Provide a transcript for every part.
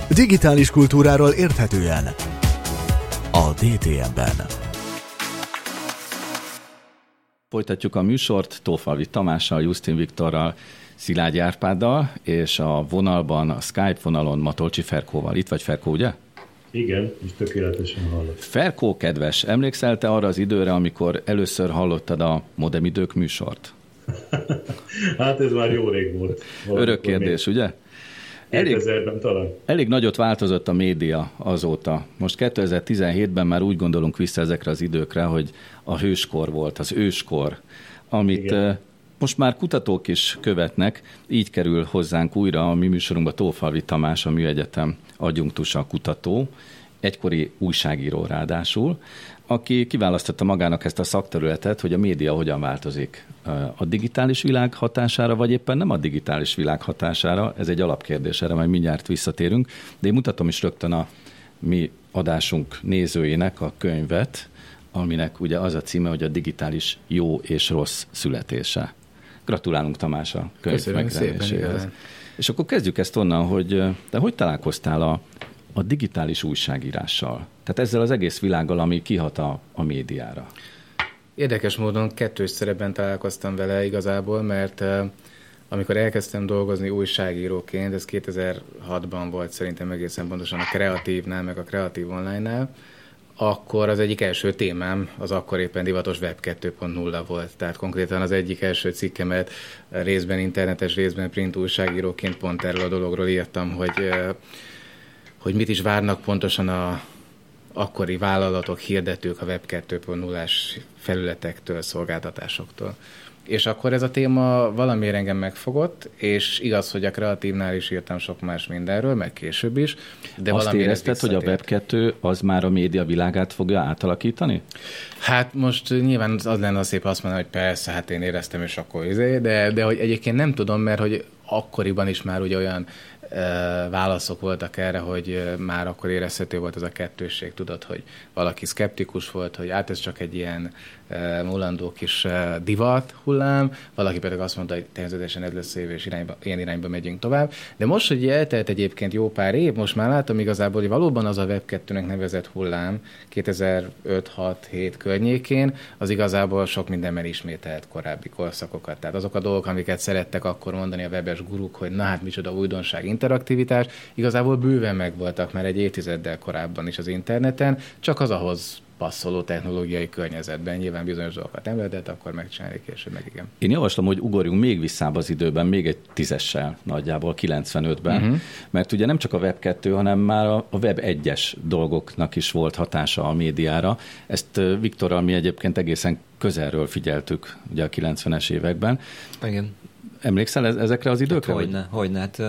Digitális kultúráról érthetően a DTM-ben. Folytatjuk a műsort Tófalvi Tamással, Justin Viktorral, Szilágyi Árpáddal, és a vonalban, a Skype vonalon Matolcsi Ferkóval. Itt vagy, Ferkó, ugye? Igen, és tökéletesen hallott. Ferkó, kedves, emlékszel te arra az időre, amikor először hallottad a Modem Idők műsort? Hát ez már jó rég volt. Örök kérdés, ugye? 2000-ben talán. Elég nagyot változott a média azóta. Most 2017-ben már úgy gondolunk vissza ezekre az időkre, hogy a hőskor volt, az őskor, amit igen, most már kutatók is követnek. Így kerül hozzánk újra a mi műsorunkba Tófalvi Tamás, a Műegyetem adjunktusa kutató, egykori újságíró ráadásul, aki kiválasztotta magának ezt a szakterületet, hogy a média hogyan változik a digitális világ hatására, vagy éppen nem a digitális világ hatására. Ez egy alapkérdés, erre majd mindjárt visszatérünk. De én mutatom is rögtön a mi adásunk nézőinek a könyvet, aminek ugye az a címe, hogy a digitális jó és rossz születése. Gratulálunk, Tamás, a könyv megjelenéséhez. És akkor kezdjük ezt onnan, hogy te hogy találkoztál a digitális újságírással? Tehát ezzel az egész világgal, ami kihat a médiára. Érdekes módon kettős szerepben találkoztam vele igazából, mert amikor elkezdtem dolgozni újságíróként, ez 2006-ban volt szerintem egészen pontosan a Kreatívnál, meg a Kreatív Online-nál, akkor az egyik első témám az akkor éppen divatos Web 2.0 volt. Tehát konkrétan az egyik első cikkemet részben internetes, részben print újságíróként pont erről a dologról írtam, hogy mit is várnak pontosan a akkori vállalatok, hirdetők a Web 2.0-ás felületektől, szolgáltatásoktól. És akkor ez a téma valamiért engem megfogott, és igaz, hogy a Kreatívnál is írtam sok más mindenről, meg később is. De azt érezted, hogy a Web 2 az már a média világát fogja átalakítani? Hát most nyilván az lenne a szép azt mondani, hogy persze, hát én éreztem, és akkor de hogy egyébként nem tudom, mert hogy akkoriban is már ugye olyan válaszok voltak erre, hogy már akkor érezhető volt ez a kettősség, tudod, hogy valaki szkeptikus volt, hogy hát ez csak egy ilyen mulandó kis divat hullám, valaki pedig azt mondta, hogy természetesen ez lesz év, és ilyen irányba megyünk tovább. De most, hogy eltelt egyébként jó pár év, most már látom igazából, hogy valóban az a Web 2-nek nevezett hullám 2005-6-7 környékén, az igazából sok mindenben ismételt korábbi korszakokat. Tehát azok a dolgok, amiket szerettek akkor mondani a webes guruk, hogy na hát micsoda újdonság, interaktivitás, igazából bőven megvoltak már egy évtizeddel korábban is az interneten, csak az ahhoz passzoló technológiai környezetben. Nyilván bizonyos dolgokat nem lehetett, akkor megcsinálni később meg, igen. Én javaslom, hogy ugorjunk még visszább az időben, még egy 10-essel nagyjából 95-ben, mert ugye nem csak a Web 2, hanem már a Web 1-es dolgoknak is volt hatása a médiára. Ezt Viktorral mi egyébként egészen közelről figyeltük ugye a 90-es években. Igen. Emlékszel ezekre az időkre? Hát hogyne, hát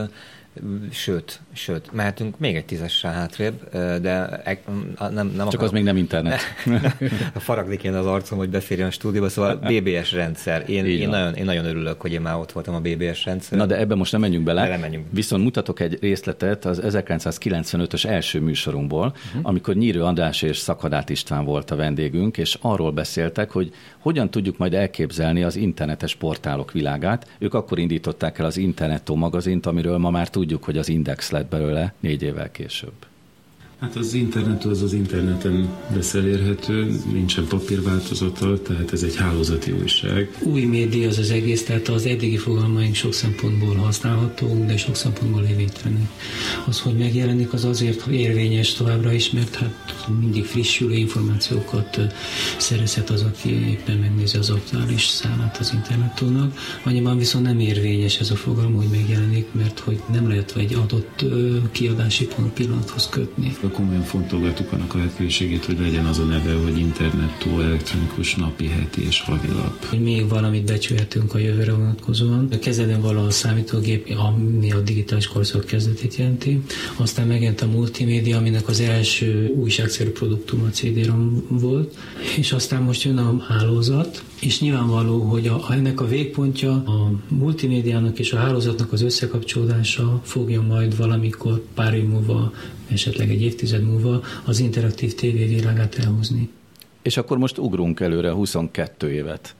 sőt, mehetünk még egy 10-essel hátrébb, de nem csak akarom. Az még nem internet. Faragni kéne az arcom, hogy beférjen a stúdióba, szóval BBS rendszer. Én nagyon örülök, hogy én már ott voltam a BBS rendszer. Na de ebben most nem menjünk bele. Viszont mutatok egy részletet az 1995-ös első műsorunkból, amikor Nyírő András és Szakadát István volt a vendégünk, és arról beszéltek, hogy hogyan tudjuk majd elképzelni az internetes portálok világát. Ők akkor indították el az Internettó magazint, amiről ma már tudjuk, hogy az Index lett belőle 4 évvel később. Hát az internet az interneten lesz elérhető, nincsen papírváltozata, tehát ez egy hálózati újság. Új média az egész, tehát az eddigi fogalmaink sok szempontból használhatók, de sok szempontból érvénytelenek. Az, hogy megjelenik, az azért érvényes továbbra is, mert hát mindig frissülő információkat szerezhet az, aki éppen megnézi az aktuális számát az internetónak. Annyiban viszont nem érvényes ez a fogalom, hogy megjelenik, mert hogy nem lehet egy adott kiadási pillanathoz kötni. Komolyan fontolgattuk annak a lehetőségét, hogy legyen az a neve, hogy Internettó, elektronikus napi, heti és havilap. Hogy még valamit becsülhetünk a jövőre vonatkozóan. Kezdetben valahol a számítógép, ami a digitális korszak kezdetét jelenti. Aztán megjelent a multimédia, aminek az első újságszerű produktum a CD-ROM volt. És aztán most jön a hálózat, és nyilvánvaló, hogy ennek a végpontja a multimédiának és a hálózatnak az összekapcsolódása fogja majd valamikor pár év múlva, esetleg egy évtized múlva az interaktív tévévilágát elhozni. És akkor most ugrunk előre 22 évet.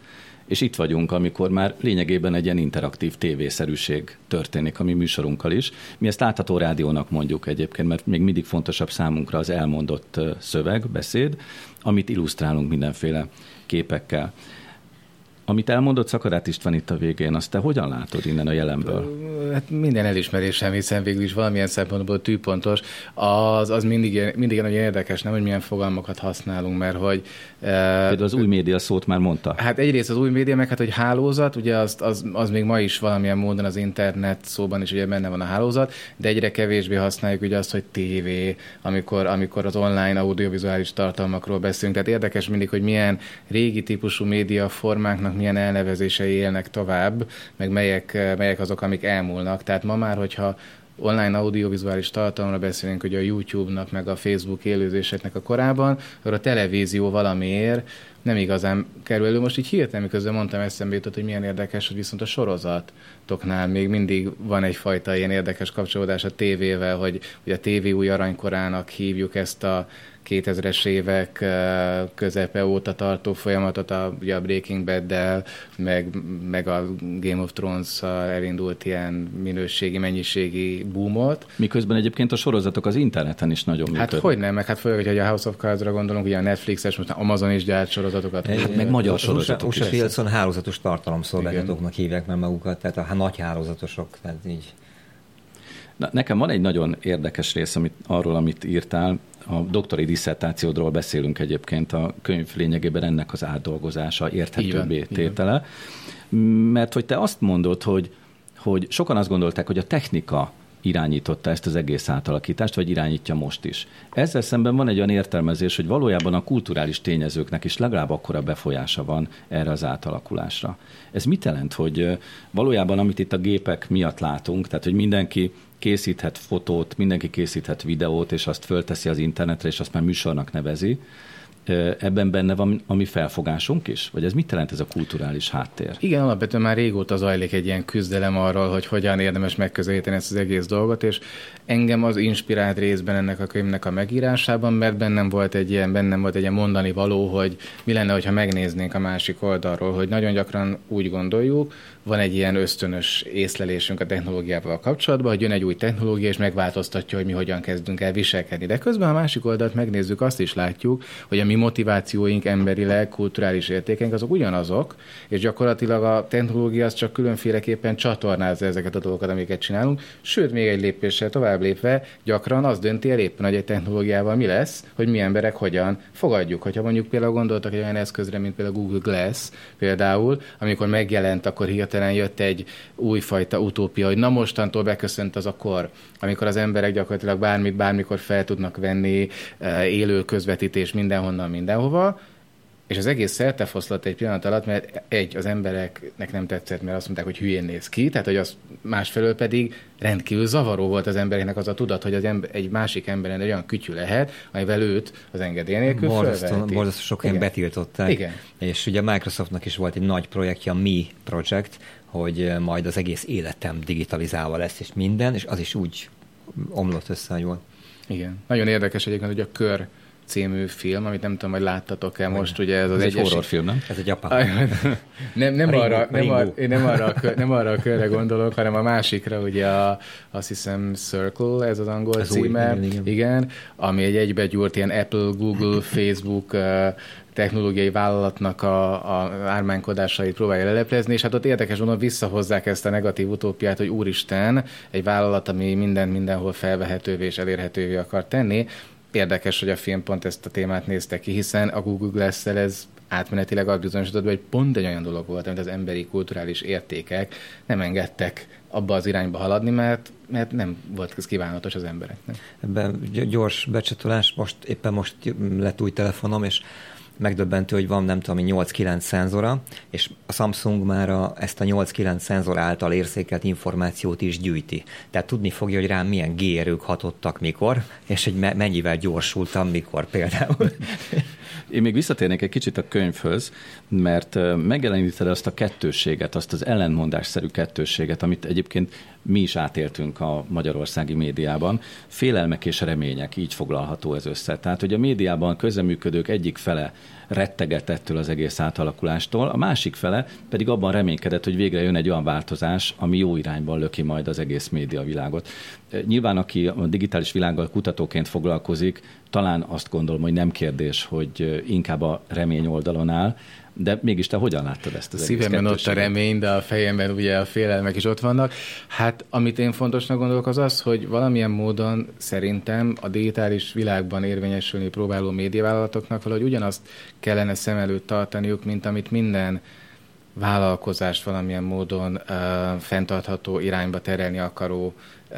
és itt vagyunk, amikor már lényegében egy ilyen interaktív tévészerűség történik a mi műsorunkkal is. Mi ezt látható rádiónak mondjuk egyébként, mert még mindig fontosabb számunkra az elmondott szöveg, beszéd, amit illusztrálunk mindenféle képekkel. Amit elmondott Szakadát István itt a végén, azt te hogyan látod innen a jelenből? Hát minden elismerésem, hiszen végül is valamilyen szempontból tűpontos. Az mindig nagyon érdekes, nem, hogy milyen fogalmakat használunk, mert hogy... Például az új média szót már mondta. Hát egyrészt az új média, meg hát, hogy hálózat, ugye az még ma is valamilyen módon az internet szóban is ugye benne van a hálózat, de egyre kevésbé használjuk ugye azt, hogy tévé, amikor az online audiovizuális tartalmakról beszélünk. Tehát érdekes mindig, hogy milyen régi típusú médiaformáknak milyen elnevezései élnek tovább, meg melyek azok, amik elmúlnak. Tehát ma már, hogyha online audiovizuális tartalomra beszélünk, ugye a YouTube-nak, meg a Facebook élőzéseknek a korában, akkor a televízió valamiért nem igazán kerül elő. Most így hirtelen, miközben mondtam, eszembe jutott, hogy milyen érdekes, hogy viszont a sorozatoknál még mindig van egyfajta ilyen érdekes kapcsolódás a tévével, hogy ugye a tévé új aranykorának hívjuk ezt a 2000-es évek közepe óta tartó folyamatot, ugye a Breaking Bad-del, meg a Game of Thrones-szal elindult ilyen minőségi, mennyiségi boomot. Miközben egyébként a sorozatok az interneten is nagyon működnek. Hát hogy nem, meg hát főleg, hogy a House of Cards-ra gondolunk, ugye a Netflixes, most Amazon is gyárt sorozatokat. Hát meg magyar sorozatok is. USA hálózatos tartalomszolgáltatóknak hívják már magukat, tehát a nagy hálózatosok, tehát így. Na, nekem van egy nagyon érdekes rész arról, amit írtál. A doktori disszertációdról beszélünk egyébként, a könyv lényegében ennek az átdolgozása, érthetőbbé tétele. Mert hogy te azt mondod, hogy sokan azt gondolták, hogy a technika irányította ezt az egész átalakítást, vagy irányítja most is. Ezzel szemben van egy olyan értelmezés, hogy valójában a kulturális tényezőknek is legalább akkora befolyása van erre az átalakulásra. Ez mit jelent, hogy valójában amit itt a gépek miatt látunk, tehát hogy mindenki készíthet fotót, mindenki készíthet videót, és azt fölteszi az internetre, és azt már műsornak nevezi, ebben benne van a mi felfogásunk is? Vagy ez mit jelent ez a kulturális háttér? Igen, alapvetően már régóta zajlik egy ilyen küzdelem arról, hogy hogyan érdemes megközelíteni ezt az egész dolgot, és engem az inspirált részben ennek a könyvnek a megírásában, mert bennem volt egy ilyen mondani való, hogy mi lenne, hogyha megnéznénk a másik oldalról, hogy nagyon gyakran úgy gondoljuk, van egy ilyen ösztönös észlelésünk a technológiával kapcsolatban, hogy jön egy új technológia, és megváltoztatja, hogy mi hogyan kezdünk el viselkedni. De közben a másik oldalt megnézzük, azt is látjuk, hogy a mi motivációink emberileg, kulturális értékeink azok ugyanazok, és gyakorlatilag a technológia az csak különféleképpen csatornázza ezeket a dolgokat, amiket csinálunk, sőt, még egy lépéssel tovább lépve gyakran az dönti el éppen, hogy egy technológiával mi lesz, hogy mi emberek hogyan fogadjuk. Hogyha mondjuk például gondoltak egy olyan eszközre, mint például Google Glass például, amikor megjelent, akkor hirtelen jött egy újfajta utópia, hogy na mostantól beköszönt az a kor, amikor az emberek gyakorlatilag bármit, bármikor fel tudnak venni, élő közvetítés mindenhova, és az egész szertefoszlott egy pillanat alatt, mert az embereknek nem tetszett, mert azt mondták, hogy hülyén néz ki, tehát hogy az másfelől pedig rendkívül zavaró volt az embereknek az a tudat, hogy egy másik emberen egy olyan kütyű lehet, amivel őt az engedély nélkül fölveheti. Borzasztó sok helyen betiltották. Igen. És ugye a Microsoftnak is volt egy nagy projektje, a Me Project, hogy majd az egész életem digitalizálva lesz, és minden, és az is úgy omlott össze, hogy volt. Igen. Nagyon érdekes egyébként, hogy a Kör című film, amit nem tudom, hogy láttatok-e most, ugye ez az egy horrorfilm, nem? Ez egy japán. Nem arra a körre gondolok, hanem a másikra, ugye azt hiszem Circle, ez az angol címe, igen, ami egy egybegyúrt ilyen Apple, Google, Facebook technológiai vállalatnak a ármánykodásait próbálja leleplezni, és hát ott érdekes módon visszahozzák ezt a negatív utópiát, hogy úristen, egy vállalat, ami mindenhol felvehetővé és elérhetővé akar tenni. Érdekes, hogy a film pont ezt a témát nézte ki, hiszen a Google Glass-szel ez átmenetileg azt bizonyosodott, hogy pont egy olyan dolog volt, amit az emberi kulturális értékek nem engedtek abba az irányba haladni, mert nem volt ez kívánatos az embereknek. Ebben gyors becsatolás, éppen most lett új telefonom, és megdöbbentő, hogy van nem tudom, 8-9 szenzora, és a Samsung már ezt a 8-9 szenzor által érzékelt információt is gyűjti. Tehát tudni fogja, hogy rám milyen G-erők hatottak mikor, és hogy mennyivel gyorsultam mikor például. Én még visszatérnék egy kicsit a könyvhöz, mert megjeleníted azt a kettősséget, azt az ellentmondásszerű kettősséget, amit egyébként mi is átéltünk a magyarországi médiában. Félelmek és remények, így foglalható ez össze. Tehát, hogy a médiában közreműködők egyik fele rettegett ettől az egész átalakulástól, a másik fele pedig abban reménykedett, hogy végre jön egy olyan változás, ami jó irányban löki majd az egész médiavilágot. Nyilván, aki a digitális világgal kutatóként foglalkozik, talán azt gondolom, hogy nem kérdés, hogy inkább a remény oldalon áll, de mégis te hogyan láttad ezt az egész szívemben ott a remény, de a fejemben ugye a félelmek is ott vannak. Hát amit én fontosnak gondolok az, hogy valamilyen módon szerintem a digitális világban érvényesülni próbáló médiavállalatoknak valahogy ugyanazt kellene szem előtt tartaniuk, mint amit minden vállalkozást valamilyen módon fenntartható irányba terelni akaró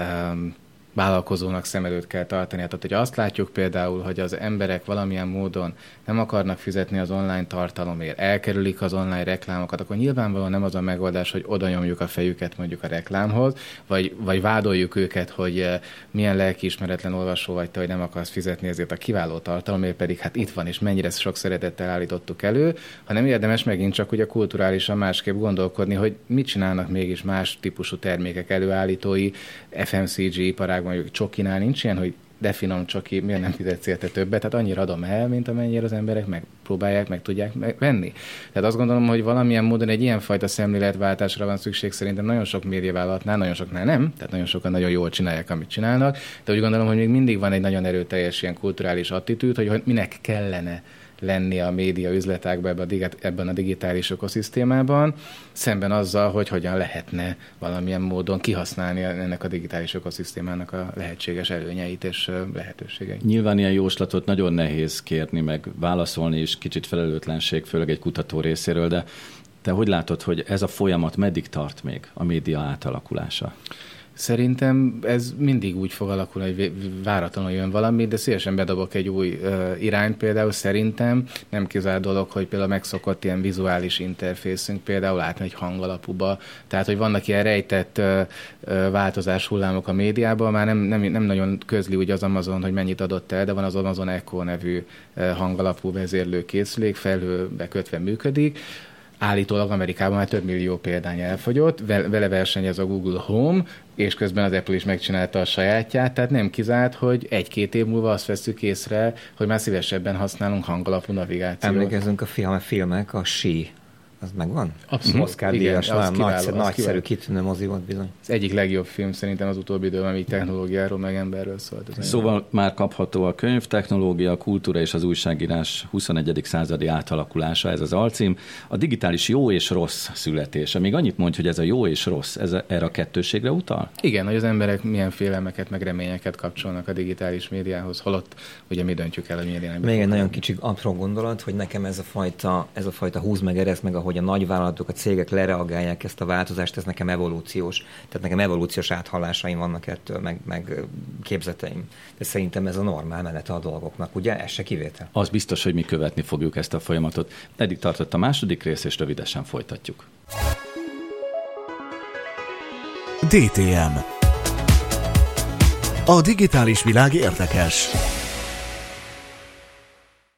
vállalkozónak szem előtt kell tartani. Tehát, hogy azt látjuk például, hogy az emberek valamilyen módon nem akarnak fizetni az online tartalomért, elkerülik az online reklámokat, akkor nyilvánvalóan nem az a megoldás, hogy oda nyomjuk a fejüket mondjuk a reklámhoz, vagy vádoljuk őket, hogy milyen lelkiismeretlen olvasó vagy te, hogy nem akarsz fizetni ezért a kiváló tartalomért, pedig hát itt van, és mennyire sok szeretettel állítottuk elő, hanem érdemes megint csak ugye kulturálisan másképp gondolkodni, hogy mit csinálnak mégis más típusú termékek előállítói, FMCG iparág, mondjuk csokinál nincs ilyen, hogy de finom csoki, miért nem fizetsz érte többet? Tehát annyira adom el, mint amennyire az emberek megpróbálják, meg tudják venni. Tehát azt gondolom, hogy valamilyen módon egy ilyenfajta szemléletváltásra van szükség szerintem nagyon sok médiavállalatnál, nagyon soknál nem, tehát nagyon sokan nagyon jól csinálják, amit csinálnak, de úgy gondolom, hogy még mindig van egy nagyon erőteljes ilyen kulturális attitűd, hogy minek kellene lenni a média üzletágban ebben a digitális ökoszisztémában, szemben azzal, hogy hogyan lehetne valamilyen módon kihasználni ennek a digitális ökoszisztémának a lehetséges előnyeit és lehetőségeit. Nyilván ilyen jóslatot nagyon nehéz kérni, meg válaszolni is, kicsit felelőtlenség, főleg egy kutató részéről, de te hogy látod, hogy ez a folyamat meddig tart még, a média átalakulása? Szerintem ez mindig úgy fog alakulni, hogy váratlanul jön valami, de szívesen bedobok egy új irányt például. Szerintem nem kizárt dolog, hogy például megszokott ilyen vizuális interfészünk például átmegy egy hangalapúba. Tehát, hogy vannak ilyen rejtett változás hullámok a médiában, már nem nagyon közli úgy az Amazon, hogy mennyit adott el, de van az Amazon Echo nevű hangalapú vezérlőkészülék, felhőbe kötve működik. Állítólag Amerikában már több millió példány elfogyott, vele versenyez a Google Home, és közben az Apple is megcsinálta a sajátját, tehát nem kizárt, hogy 1-2 év múlva azt veszük észre, hogy már szívesebben használunk hangalapú navigációt. Emlékezzünk a filmek, a She, az megvan? Abszolút. Oscar-díjas, nagyszerű, kitűnő mozi volt bizony. Az egyik legjobb film szerintem az utóbbi időben, ami technológiáról, meg emberről szólt. Szóval már kapható a könyv, technológia, a kultúra és az újságírás 21. századi átalakulása, ez az alcím. A digitális jó és rossz születése. Még annyit mondj, hogy ez a jó és rossz, ez erre a kettősségre utal? Igen, hogy az emberek milyen félelmeket, meg reményeket kapcsolnak a digitális médiához, holott ugye mi döntjük el, hogy milyen irányba. Még egy nagyon kicsi apró gondolat, hogy nekem ez a fajta húz meg eresz meg, ahogy a nagyvállalatok, a cégek lereagálják ezt a változást, ez nekem evolúciós. Tehát nekem evolúciós áthallásaim vannak ettől, meg képzeteim. De szerintem ez a normál menete a dolgoknak, ugye? Ez se kivétel. Az biztos, hogy mi követni fogjuk ezt a folyamatot. Eddig tartott a második rész, és rövidesen folytatjuk. DTM. A digitális világ érdekes.